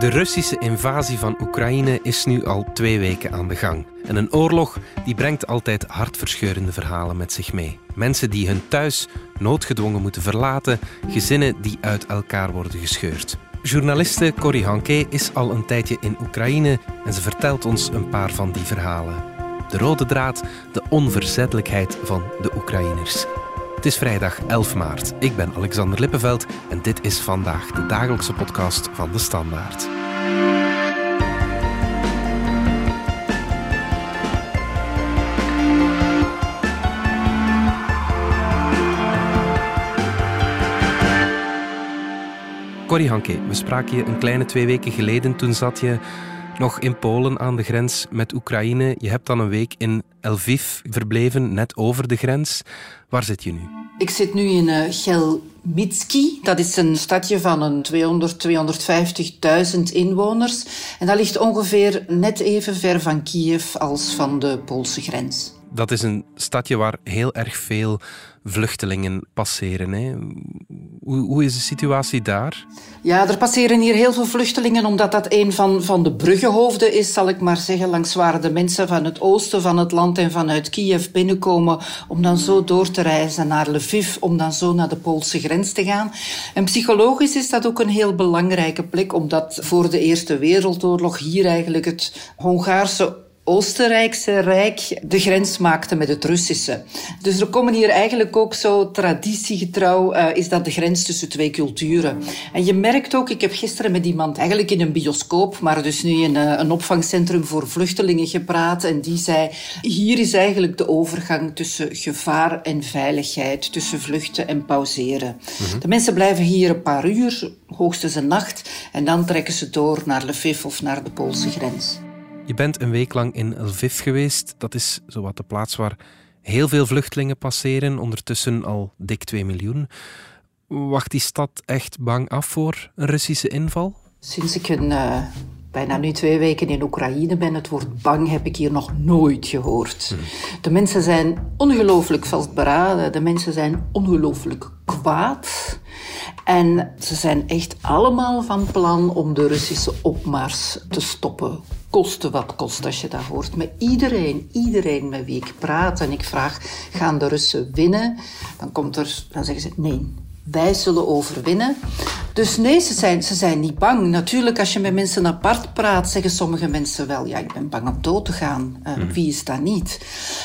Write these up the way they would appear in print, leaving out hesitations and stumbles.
De Russische invasie van Oekraïne is nu al 2 weken aan de gang. En een oorlog die brengt altijd hartverscheurende verhalen met zich mee. Mensen die hun thuis noodgedwongen moeten verlaten, gezinnen die uit elkaar worden gescheurd. Journaliste Corrie Hanke is al een tijdje in Oekraïne en ze vertelt ons een paar van die verhalen. De rode draad, de onverzettelijkheid van de Oekraïners. Het is vrijdag 11 maart. Ik ben Alexander Lippenveld en dit is Vandaag, de dagelijkse podcast van De Standaard. Corrie Hanke, we spraken je een kleine 2 weken geleden. Toen zat je nog in Polen aan de grens met Oekraïne. Je hebt dan een week in Lviv verbleven, net over de grens. Waar zit je nu? Ik zit nu in Chelmytsky. Dat is een stadje van een 250.000 inwoners. En dat ligt ongeveer net even ver van Kiev als van de Poolse grens. Dat is een stadje waar heel erg veel vluchtelingen passeren. Hè? Hoe is de situatie daar? Ja, er passeren hier heel veel vluchtelingen, omdat dat een van de bruggenhoofden is, zal ik maar zeggen, langs waar de mensen van het oosten van het land en vanuit Kiev binnenkomen, om dan zo door te reizen naar Lviv, om dan zo naar de Poolse grens te gaan. En psychologisch is dat ook een heel belangrijke plek, omdat voor de Eerste Wereldoorlog hier eigenlijk het Hongaarse Oostenrijkse Rijk de grens maakte met het Russische. Dus er komen hier eigenlijk ook zo traditiegetrouw, is dat de grens tussen 2 culturen. En je merkt ook, ik heb gisteren met iemand eigenlijk in een bioscoop, maar dus nu in een opvangcentrum voor vluchtelingen gepraat. En die zei, hier is eigenlijk de overgang tussen gevaar en veiligheid, tussen vluchten en pauzeren. Mm-hmm. De mensen blijven hier een paar uur, hoogstens een nacht, en dan trekken ze door naar Lviv of naar de Poolse grens. Je bent een week lang in Lviv geweest. Dat is zowat de plaats waar heel veel vluchtelingen passeren. Ondertussen al dik 2 miljoen. Wacht die stad echt bang af voor een Russische inval? Sinds ik bijna nu 2 weken in Oekraïne ben, het woord bang heb ik hier nog nooit gehoord. De mensen zijn ongelooflijk vastberaden. De mensen zijn ongelooflijk kwaad. En ze zijn echt allemaal van plan om de Russische opmars te stoppen. Koste wat kost, als je dat hoort. Met iedereen met wie ik praat en ik vraag, gaan de Russen winnen? Dan zeggen ze, nee, wij zullen overwinnen. Dus nee, ze zijn niet bang. Natuurlijk, als je met mensen apart praat, zeggen sommige mensen wel, ja, ik ben bang om dood te gaan. Wie is dat niet?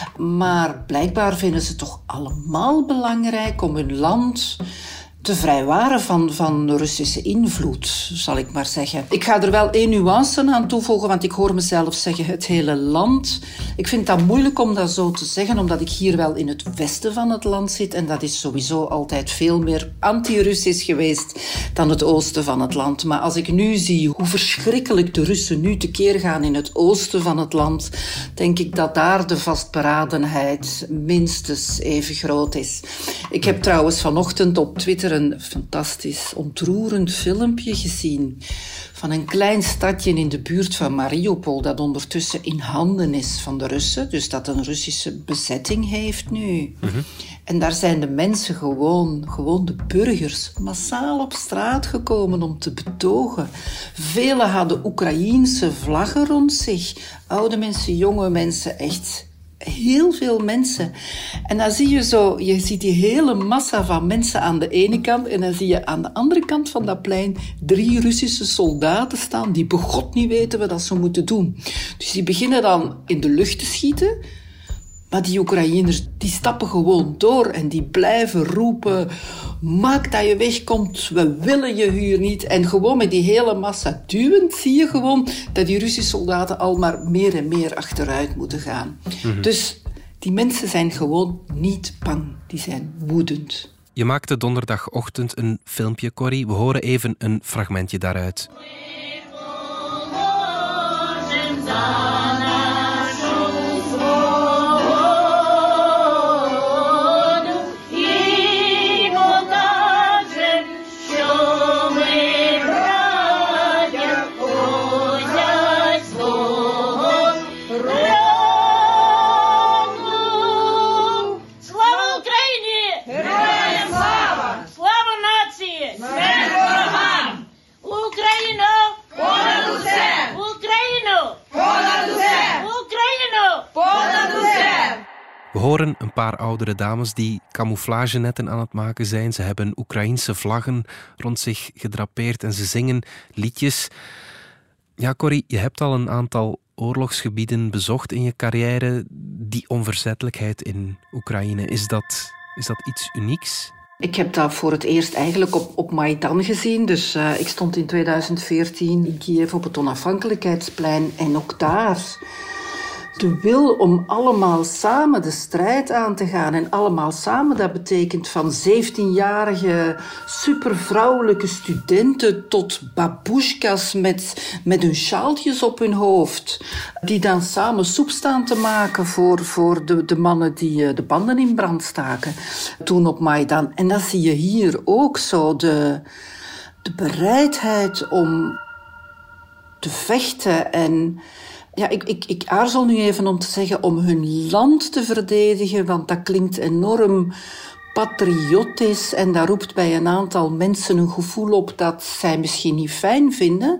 Maar blijkbaar vinden ze toch allemaal belangrijk om hun land te vrijwaren van de Russische invloed, zal ik maar zeggen. Ik ga er wel 1 nuance aan toevoegen, want ik hoor mezelf zeggen het hele land. Ik vind dat moeilijk om dat zo te zeggen, omdat ik hier wel in het westen van het land zit en dat is sowieso altijd veel meer anti-Russisch geweest dan het oosten van het land. Maar als ik nu zie hoe verschrikkelijk de Russen nu tekeer gaan in het oosten van het land, denk ik dat daar de vastberadenheid minstens even groot is. Ik heb trouwens vanochtend op Twitter een fantastisch, ontroerend filmpje gezien van een klein stadje in de buurt van Mariupol dat ondertussen in handen is van de Russen, dus dat een Russische bezetting heeft nu. Mm-hmm. En daar zijn de mensen gewoon de burgers, massaal op straat gekomen om te betogen. Velen hadden Oekraïense vlaggen rond zich. Oude mensen, jonge mensen, echt heel veel mensen. En dan zie je ziet die hele massa van mensen aan de ene kant en dan zie je aan de andere kant van dat plein 3 Russische soldaten staan die begot niet weten wat ze moeten doen. Dus die beginnen dan in de lucht te schieten, maar die Oekraïners die stappen gewoon door en die blijven roepen, maak dat je wegkomt, we willen je hier niet. En gewoon met die hele massa duwend zie je gewoon dat die Russische soldaten al maar meer en meer achteruit moeten gaan. Mm-hmm. Dus die mensen zijn gewoon niet bang, die zijn woedend. Je maakte donderdagochtend een filmpje, Corrie. We horen even een fragmentje daaruit. Слава нації! Смерть ворогам! Україна! We horen een paar oudere dames die camouflagenetten aan het maken zijn. Ze hebben Oekraïense vlaggen rond zich gedrapeerd en ze zingen liedjes. Ja, Corrie, je hebt al een aantal oorlogsgebieden bezocht in je carrière. Die onverzettelijkheid in Oekraïne, is dat iets unieks? Ik heb dat voor het eerst eigenlijk op Maidan gezien. Dus ik stond in 2014 in Kiev op het onafhankelijkheidsplein. En ook daar de wil om allemaal samen de strijd aan te gaan. En allemaal samen, dat betekent van 17-jarige supervrouwelijke studenten tot babushkas met hun sjaaltjes op hun hoofd. Die dan samen soep staan te maken voor de mannen die de banden in brand staken. Toen op Maidan. En dat zie je hier ook zo. De bereidheid om te vechten en... Ja, ik aarzel nu even om te zeggen om hun land te verdedigen, want dat klinkt enorm patriotisch en dat roept bij een aantal mensen een gevoel op dat zij misschien niet fijn vinden.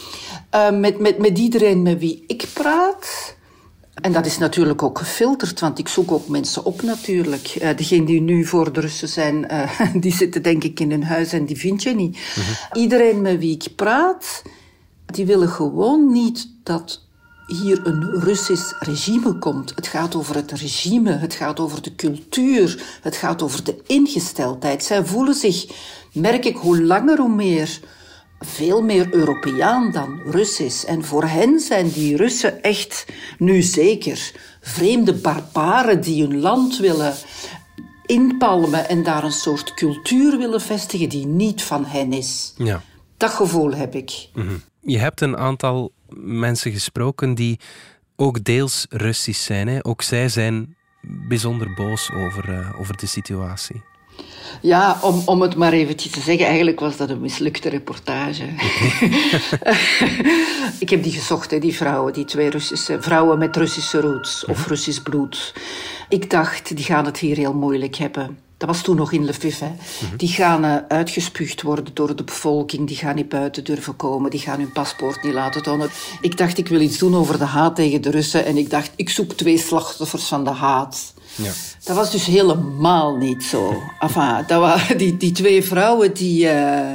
Met iedereen met wie ik praat. En dat is natuurlijk ook gefilterd, want ik zoek ook mensen op natuurlijk. Degenen die nu voor de Russen zijn, die zitten denk ik in hun huis en die vind je niet. Iedereen met wie ik praat, die willen gewoon niet dat hier een Russisch regime komt. Het gaat over het regime, het gaat over de cultuur, het gaat over de ingesteldheid. Zij voelen zich, merk ik, hoe langer hoe meer, veel meer Europeaan dan Russisch. En voor hen zijn die Russen echt, nu zeker, vreemde barbaren die hun land willen inpalmen en daar een soort cultuur willen vestigen die niet van hen is. Ja. Dat gevoel heb ik. Mm-hmm. Je hebt een aantal mensen gesproken die ook deels Russisch zijn. Hè? Ook zij zijn bijzonder boos over de situatie. Ja, om het maar eventjes te zeggen, eigenlijk was dat een mislukte reportage. Okay. Ik heb die gezocht, hè, die vrouwen, die 2 Russische vrouwen met Russische roots of Russisch bloed. Ik dacht, die gaan het hier heel moeilijk hebben. Dat was toen nog in Lviv. Hè. Die gaan uitgespuugd worden door de bevolking. Die gaan niet buiten durven komen. Die gaan hun paspoort niet laten tonen. Ik dacht, ik wil iets doen over de haat tegen de Russen. En ik dacht, ik zoek 2 slachtoffers van de haat. Ja. Dat was dus helemaal niet zo. Enfin, dat waren die 2 vrouwen die...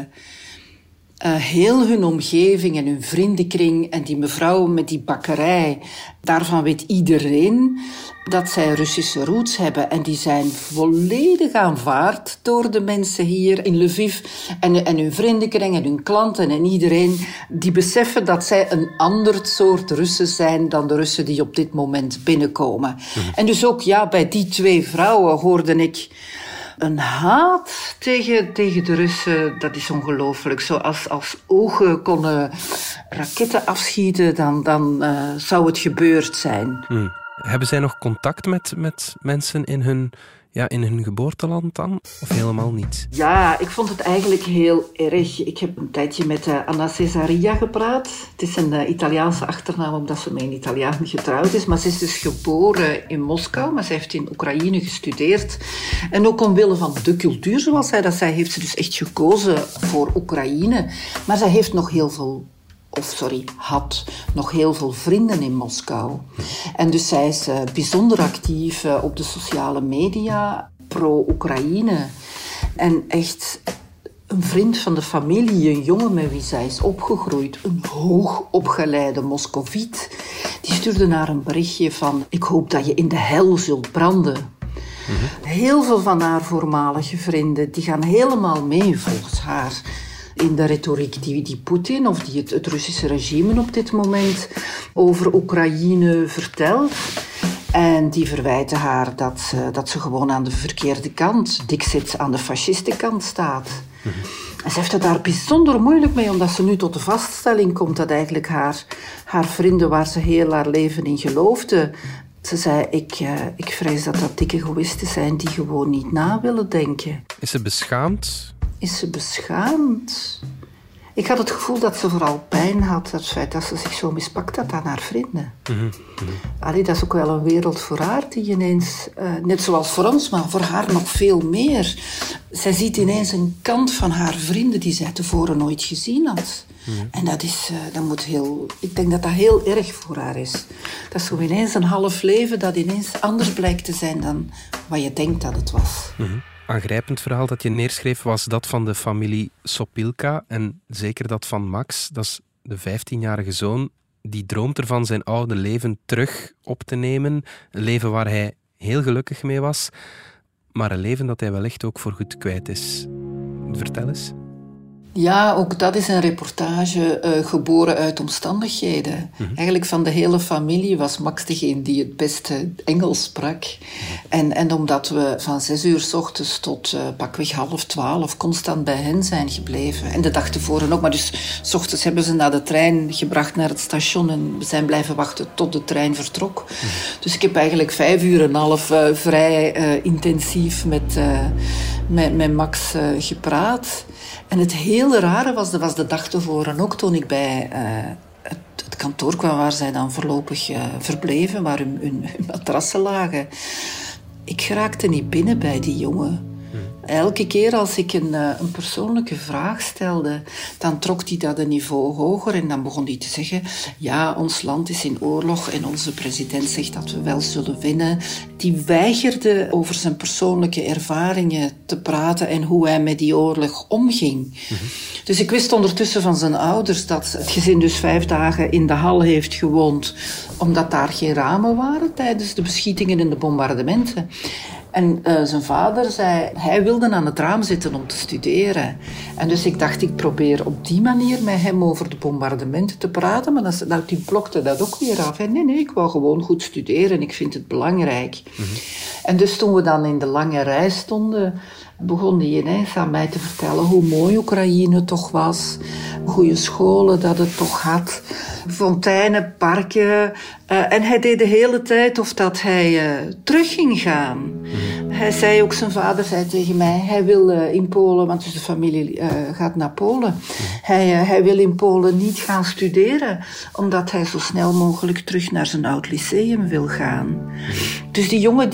heel hun omgeving en hun vriendenkring en die mevrouw met die bakkerij, daarvan weet iedereen dat zij Russische roots hebben. En die zijn volledig aanvaard door de mensen hier in Lviv. En hun vriendenkring en hun klanten en iedereen die beseffen dat zij een ander soort Russen zijn dan de Russen die op dit moment binnenkomen. En dus ook bij die 2 vrouwen hoorde ik een haat tegen de Russen, dat is ongelooflijk. Zo als ogen konden raketten afschieten, dan zou het gebeurd zijn. Hebben zij nog contact met mensen in hun geboorteland dan? Of helemaal niet? Ja, ik vond het eigenlijk heel erg. Ik heb een tijdje met Anna Cesaria gepraat. Het is een Italiaanse achternaam, omdat ze met een Italiaan getrouwd is. Maar ze is dus geboren in Moskou, maar ze heeft in Oekraïne gestudeerd. En ook omwille van de cultuur, zoals zij dat zei, heeft ze dus echt gekozen voor Oekraïne. Maar zij heeft nog heel veel... had nog heel veel vrienden in Moskou. En dus zij is bijzonder actief op de sociale media, pro-Oekraïne. En echt een vriend van de familie, een jongen met wie zij is opgegroeid, een hoogopgeleide Moscoviet, die stuurde haar een berichtje van: ik hoop dat je in de hel zult branden. Heel veel van haar voormalige vrienden, die gaan helemaal mee volgens haar in de retoriek die Poetin of die het Russische regime op dit moment over Oekraïne vertelt. En die verwijten haar dat ze gewoon aan de verkeerde kant, dikzit aan de fascistenkant staat. En ze heeft het daar bijzonder moeilijk mee, omdat ze nu tot de vaststelling komt dat eigenlijk haar vrienden, waar ze heel haar leven in geloofde, ze zei, ik vrees dat dikke egoïsten zijn die gewoon niet na willen denken. Is ze beschaamd? Is ze beschaamd? Ik had het gevoel dat ze vooral pijn had, het feit dat ze zich zo mispakt had aan haar vrienden. Allee, dat is ook wel een wereld voor haar die ineens, net zoals voor ons, maar voor haar nog veel meer. Zij ziet ineens een kant van haar vrienden die zij tevoren nooit gezien had. En dat moet ik denk dat dat heel erg voor haar is. Dat is zo ineens een half leven dat ineens anders blijkt te zijn dan wat je denkt dat het was. Aangrijpend verhaal dat je neerschreef was dat van de familie Sopilka en zeker dat van Max. Dat is de 15-jarige zoon. Die droomt ervan zijn oude leven terug op te nemen. Een leven waar hij heel gelukkig mee was, maar een leven dat hij wellicht ook voorgoed kwijt is. Vertel eens. Ja, ook dat is een reportage geboren uit omstandigheden. Eigenlijk van de hele familie was Max degene die het beste Engels sprak. En omdat we van 6 uur 's ochtends tot pakweg 11:30 constant bij hen zijn gebleven. En de dag tevoren ook. Maar dus 's ochtends hebben ze naar de trein gebracht naar het station en we zijn blijven wachten tot de trein vertrok. Dus ik heb eigenlijk 5 uur en half vrij intensief met Max gepraat. En het hele rare was de dag tevoren ook, toen ik bij het kantoor kwam waar zij dan voorlopig verbleven, waar hun matrassen lagen. Ik geraakte niet binnen bij die jongen. Elke keer als ik een persoonlijke vraag stelde, dan trok hij dat een niveau hoger en dan begon hij te zeggen, ja, ons land is in oorlog en onze president zegt dat we wel zullen winnen. Die weigerde over zijn persoonlijke ervaringen te praten en hoe hij met die oorlog omging. Dus ik wist ondertussen van zijn ouders dat het gezin dus 5 dagen in de hal heeft gewoond, omdat daar geen ramen waren tijdens de beschietingen en de bombardementen. En zijn vader zei, hij wilde aan het raam zitten om te studeren. En dus ik dacht, ik probeer op die manier met hem over de bombardementen te praten. Maar die blokte dat ook weer af. En nee, ik wou gewoon goed studeren. Ik vind het belangrijk. En dus toen we dan in de lange rij stonden, begon hij ineens aan mij te vertellen hoe mooi Oekraïne toch was. Goede scholen dat het toch had. Fonteinen, parken. En hij deed de hele tijd of dat hij terug ging gaan. Hij zei ook, zijn vader zei tegen mij, hij wil in Polen, want dus de familie gaat naar Polen. Hij wil in Polen niet gaan studeren, omdat hij zo snel mogelijk terug naar zijn oud lyceum wil gaan. Dus die jongen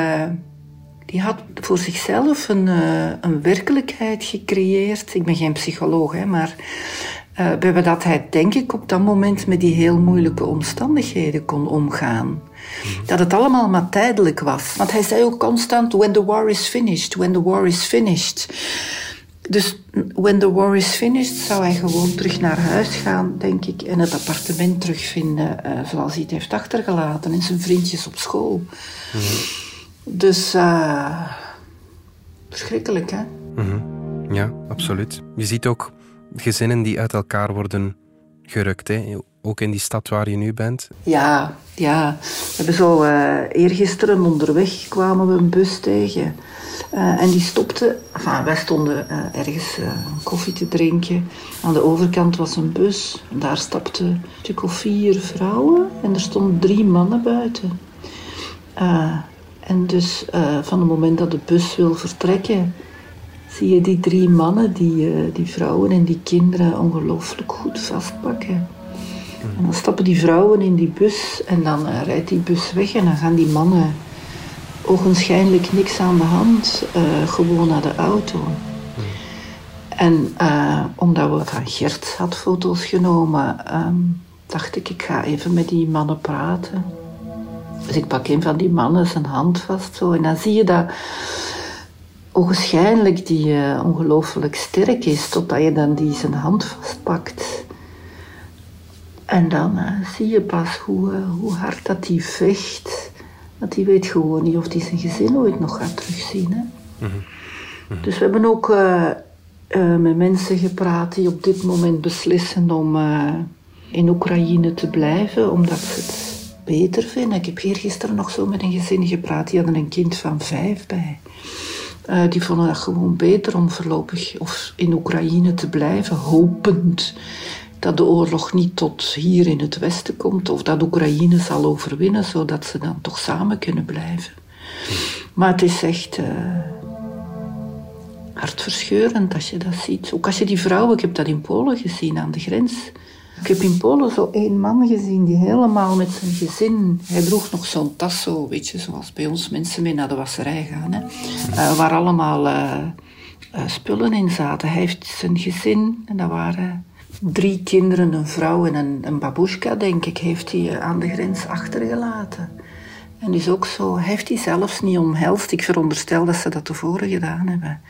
die had voor zichzelf een werkelijkheid gecreëerd. Ik ben geen psycholoog, maar dat hij, denk ik, op dat moment met die heel moeilijke omstandigheden kon omgaan. Dat het allemaal maar tijdelijk was. Want hij zei ook constant, when the war is finished, when the war is finished. Dus when the war is finished zou hij gewoon terug naar huis gaan, denk ik, en het appartement terugvinden zoals hij het heeft achtergelaten en zijn vriendjes op school. Dus verschrikkelijk, hè? Ja, absoluut. Je ziet ook gezinnen die uit elkaar worden gerukt, hè? Ook in die stad waar je nu bent. Ja. We hebben zo eergisteren onderweg kwamen we een bus tegen. En die stopte. Enfin, wij stonden ergens koffie te drinken. Aan de overkant was een bus. En daar stapten een stuk of 4 vrouwen. En er stonden 3 mannen buiten. En dus van het moment dat de bus wil vertrekken, zie je die 3 mannen, die vrouwen en die kinderen ongelooflijk goed vastpakken. En dan stappen die vrouwen in die bus en dan rijdt die bus weg en dan gaan die mannen ogenschijnlijk niks aan de hand, gewoon naar de auto. En omdat we van Gert had foto's genomen, dacht ik ga even met die mannen praten. Dus ik pak een van die mannen zijn hand vast zo en dan zie je dat ogenschijnlijk die ongelooflijk sterk is, totdat je dan die zijn hand vastpakt. En dan zie je pas hoe hard dat hij vecht. Want hij weet gewoon niet of hij zijn gezin ooit nog gaat terugzien. Hè? Dus we hebben ook met mensen gepraat die op dit moment beslissen om in Oekraïne te blijven, omdat ze het beter vinden. Ik heb eergisteren nog zo met een gezin gepraat, die hadden een kind van 5 bij. Die vonden het gewoon beter om voorlopig of in Oekraïne te blijven, hopend dat de oorlog niet tot hier in het westen komt of dat Oekraïne zal overwinnen, zodat ze dan toch samen kunnen blijven. Maar het is echt hartverscheurend als je dat ziet. Ook als je die vrouwen, ik heb dat in Polen gezien aan de grens. Ik heb in Polen zo 1 man gezien die helemaal met zijn gezin... Hij droeg nog zo'n tas zo, weet je, zoals bij ons mensen mee naar de wasserij gaan. Hè. Waar allemaal spullen in zaten. Hij heeft zijn gezin, en dat waren 3 kinderen, een vrouw en een babushka, denk ik, heeft hij aan de grens achtergelaten. En dus ook zo, hij heeft die zelfs niet omhelst. Ik veronderstel dat ze dat tevoren gedaan hebben.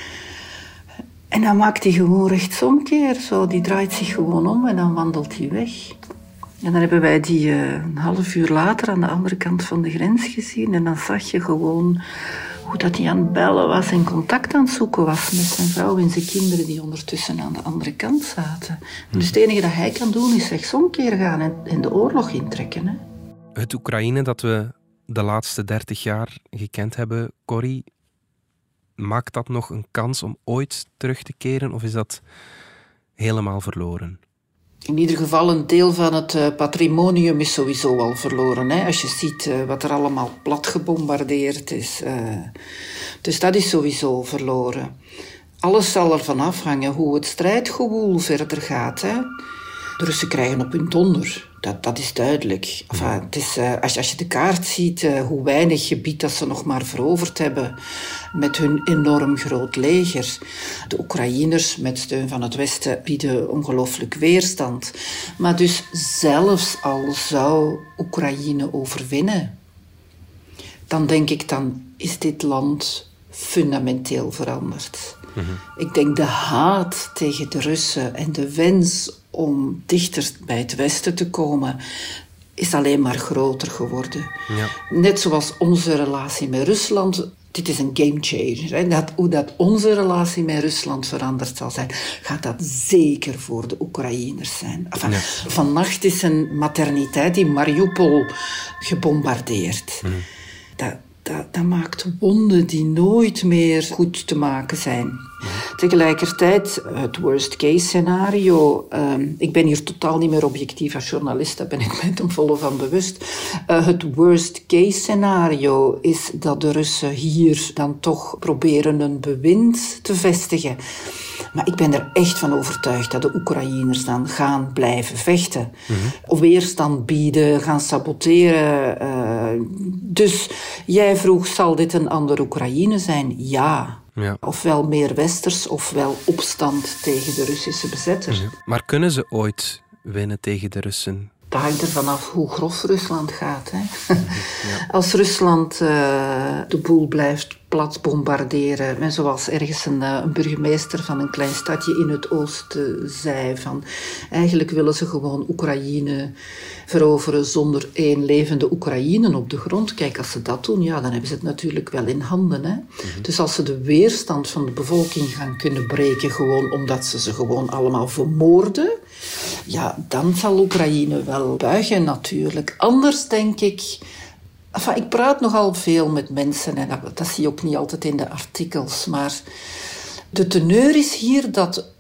En dan maakt hij gewoon rechtsomkeer. Zo. Die draait zich gewoon om en dan wandelt hij weg. En dan hebben wij die een half uur later aan de andere kant van de grens gezien. En dan zag je gewoon hoe dat hij aan het bellen was en contact aan het zoeken was met zijn vrouw en zijn kinderen die ondertussen aan de andere kant zaten. Dus het enige dat hij kan doen is rechtsomkeer gaan en de oorlog intrekken. Hè. Het Oekraïne dat we de laatste 30 jaar gekend hebben, Corrie, maakt dat nog een kans om ooit terug te keren of is dat helemaal verloren? In ieder geval een deel van het patrimonium is sowieso al verloren. Hè? Als je ziet wat er allemaal plat gebombardeerd is. Dus dat is sowieso verloren. Alles zal ervan afhangen hoe het strijdgewoel verder gaat. Hè? De Russen krijgen op hun donder. Dat is duidelijk. Enfin, het is, als je de kaart ziet, hoe weinig gebied dat ze nog maar veroverd hebben met hun enorm groot leger. De Oekraïners met steun van het Westen bieden ongelooflijk weerstand. Maar dus zelfs al zou Oekraïne overwinnen, dan denk ik, dan is dit land fundamenteel veranderd. Ik denk de haat tegen de Russen en de wens om dichter bij het Westen te komen is alleen maar groter geworden. Ja. Net zoals onze relatie met Rusland. Dit is een gamechanger. Hè? Hoe dat onze relatie met Rusland veranderd zal zijn, gaat dat zeker voor de Oekraïners zijn. Enfin, ja. Vannacht is een materniteit in Mariupol gebombardeerd. Dat maakt wonden die nooit meer goed te maken zijn. Tegelijkertijd, het worst case scenario... ik ben hier totaal niet meer objectief als journalist, daar ben ik mij ten volle van bewust. Het worst case scenario is dat de Russen hier dan toch proberen een bewind te vestigen. Maar ik ben er echt van overtuigd dat de Oekraïners dan gaan blijven vechten. Of weerstand bieden, gaan saboteren. Dus jij vroeg, zal dit een andere Oekraïne zijn? Ja. Ofwel meer westers, ofwel opstand tegen de Russische bezetter. Maar kunnen ze ooit winnen tegen de Russen? Dat hangt er vanaf hoe grof Rusland gaat. Hè. Als Rusland de boel blijft plat bombarderen, en zoals ergens een burgemeester van een klein stadje in het oosten zei, van eigenlijk willen ze gewoon Oekraïne veroveren zonder 1 levende Oekraïnen op de grond. Kijk, als ze dat doen, ja, dan hebben ze het natuurlijk wel in handen. Hè. Dus als ze de weerstand van de bevolking gaan kunnen breken, gewoon omdat ze gewoon allemaal vermoorden, ja, dan zal Oekraïne wel buigen natuurlijk. Anders denk ik... Enfin, ik praat nogal veel met mensen en dat zie je ook niet altijd in de artikels, maar de teneur is hier dat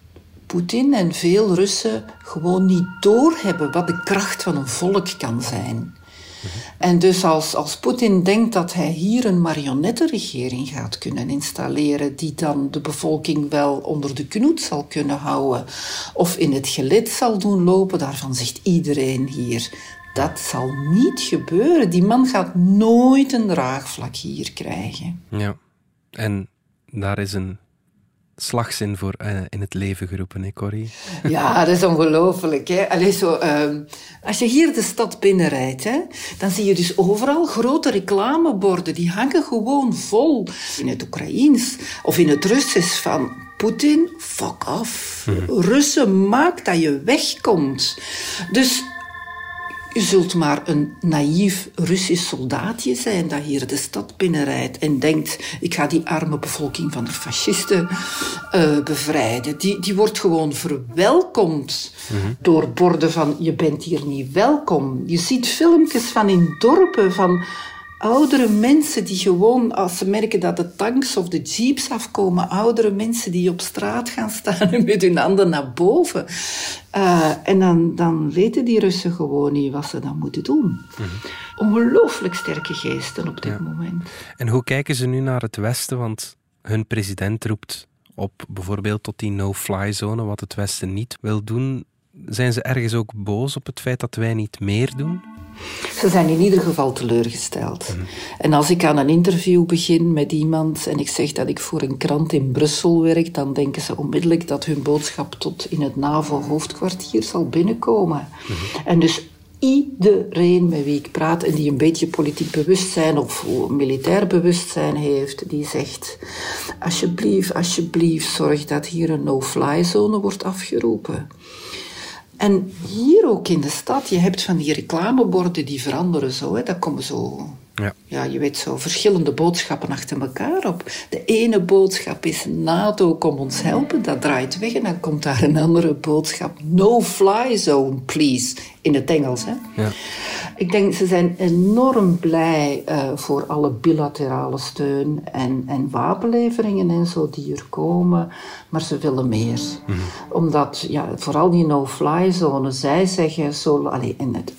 Poetin en veel Russen gewoon niet doorhebben wat de kracht van een volk kan zijn. En dus als Poetin denkt dat hij hier een marionettenregering gaat kunnen installeren die dan de bevolking wel onder de knoet zal kunnen houden of in het gelid zal doen lopen, daarvan zegt iedereen hier, dat zal niet gebeuren. Die man gaat nooit een draagvlak hier krijgen. Ja, en daar is een slagzin voor in het leven geroepen, hè, Corrie? Ja, dat is ongelooflijk. Hè? Allee, als je hier de stad binnenrijdt, hè, dan zie je dus overal grote reclameborden. Die hangen gewoon vol. In het Oekraïens of in het Russisch van Poetin, fuck off. Russen, maak dat je wegkomt. Dus je zult maar een naïef Russisch soldaatje zijn dat hier de stad binnenrijdt en denkt, ik ga die arme bevolking van de fascisten bevrijden. Die wordt gewoon verwelkomd door borden van, je bent hier niet welkom. Je ziet filmpjes van in dorpen van oudere mensen die gewoon, als ze merken dat de tanks of de jeeps afkomen, oudere mensen die op straat gaan staan en met hun handen naar boven. En dan weten die Russen gewoon niet wat ze dan moeten doen. Ongelooflijk sterke geesten op dit moment. En hoe kijken ze nu naar het Westen? Want hun president roept op bijvoorbeeld tot die no-fly-zone, wat het Westen niet wil doen. Zijn ze ergens ook boos op het feit dat wij niet meer doen? Ze zijn in ieder geval teleurgesteld. En als ik aan een interview begin met iemand en ik zeg dat ik voor een krant in Brussel werk, dan denken ze onmiddellijk dat hun boodschap tot in het NAVO-hoofdkwartier zal binnenkomen. En dus iedereen met wie ik praat en die een beetje politiek bewustzijn of militair bewustzijn heeft, die zegt, alsjeblieft, zorg dat hier een no-fly-zone wordt afgeroepen. En hier ook in de stad, je hebt van die reclameborden die veranderen zo. Hè. Dat komen zo, ja, je weet zo, verschillende boodschappen achter elkaar op. De ene boodschap is NATO, kom ons helpen, dat draait weg. En dan komt daar een andere boodschap, no fly zone, please, in het Engels. Hè. Ja. Ik denk, ze zijn enorm blij voor alle bilaterale steun en wapenleveringen en zo die er komen. Maar ze willen meer. Omdat, ja, vooral die no-fly zone, zij zeggen zo, in het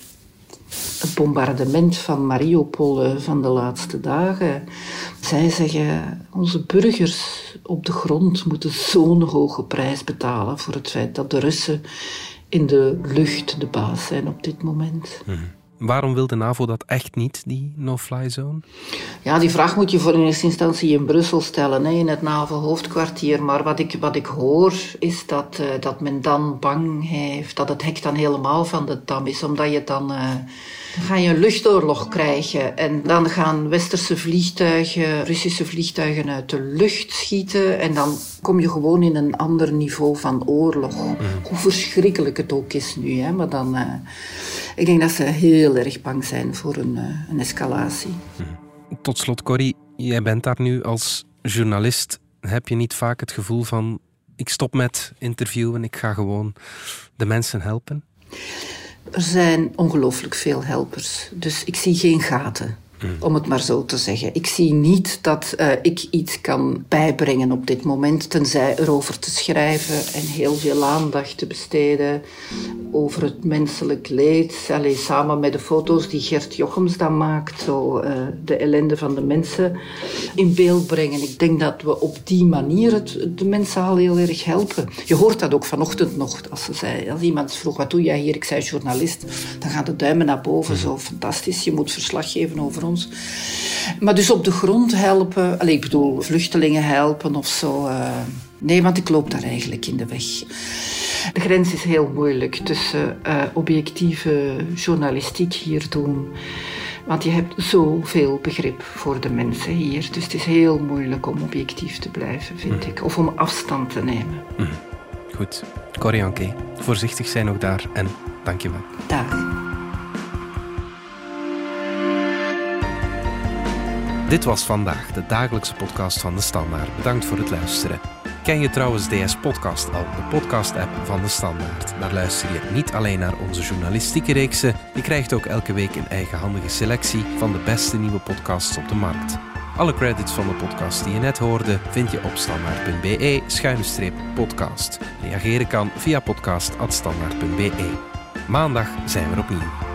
bombardement van Mariupol van de laatste dagen. Zij zeggen, onze burgers op de grond moeten zo'n hoge prijs betalen voor het feit dat de Russen in de lucht de baas zijn op dit moment. Waarom wil de NAVO dat echt niet, die no-fly zone? Ja, die vraag moet je voor in eerste instantie in Brussel stellen, in het NAVO-hoofdkwartier. Maar wat ik hoor, is dat men dan bang heeft, dat het hek dan helemaal van de dam is. Omdat je dan ga je een luchtoorlog krijgen. En dan gaan westerse vliegtuigen, Russische vliegtuigen uit de lucht schieten. En dan kom je gewoon in een ander niveau van oorlog. Hoe verschrikkelijk het ook is nu. Hè? Maar dan, ik denk dat ze heel erg bang zijn voor een escalatie. Tot slot, Corrie, jij bent daar nu als journalist. Heb je niet vaak het gevoel van, ik stop met interviewen, ik ga gewoon de mensen helpen? Er zijn ongelooflijk veel helpers, dus ik zie geen gaten. Om het maar zo te zeggen. Ik zie niet dat ik iets kan bijbrengen op dit moment, tenzij erover te schrijven en heel veel aandacht te besteden over het menselijk leed. Allee, samen met de foto's die Gert Jochems dan maakt, zo de ellende van de mensen in beeld brengen. Ik denk dat we op die manier de mensen al heel erg helpen. Je hoort dat ook vanochtend nog, als iemand vroeg, wat doe jij hier? Ik zei journalist. Dan gaan de duimen naar boven, zo fantastisch. Je moet verslag geven over ons. Maar dus op de grond helpen, ik bedoel vluchtelingen helpen of zo. Nee, want ik loop daar eigenlijk in de weg. De grens is heel moeilijk tussen objectieve journalistiek hier doen. Want je hebt zoveel begrip voor de mensen hier. Dus het is heel moeilijk om objectief te blijven, vind ik. Of om afstand te nemen. Goed. Corrie Anquet, voorzichtig zijn ook daar en dank je wel. Dag. Dit was vandaag de dagelijkse podcast van De Standaard. Bedankt voor het luisteren. Ken je trouwens DS Podcast al, de podcast-app van De Standaard? Daar luister je niet alleen naar onze journalistieke reeksen, je krijgt ook elke week een eigenhandige selectie van de beste nieuwe podcasts op de markt. Alle credits van de podcast die je net hoorde vind je op standaard.be/podcast. Reageren kan via podcast@standaard.be. Maandag zijn we opnieuw.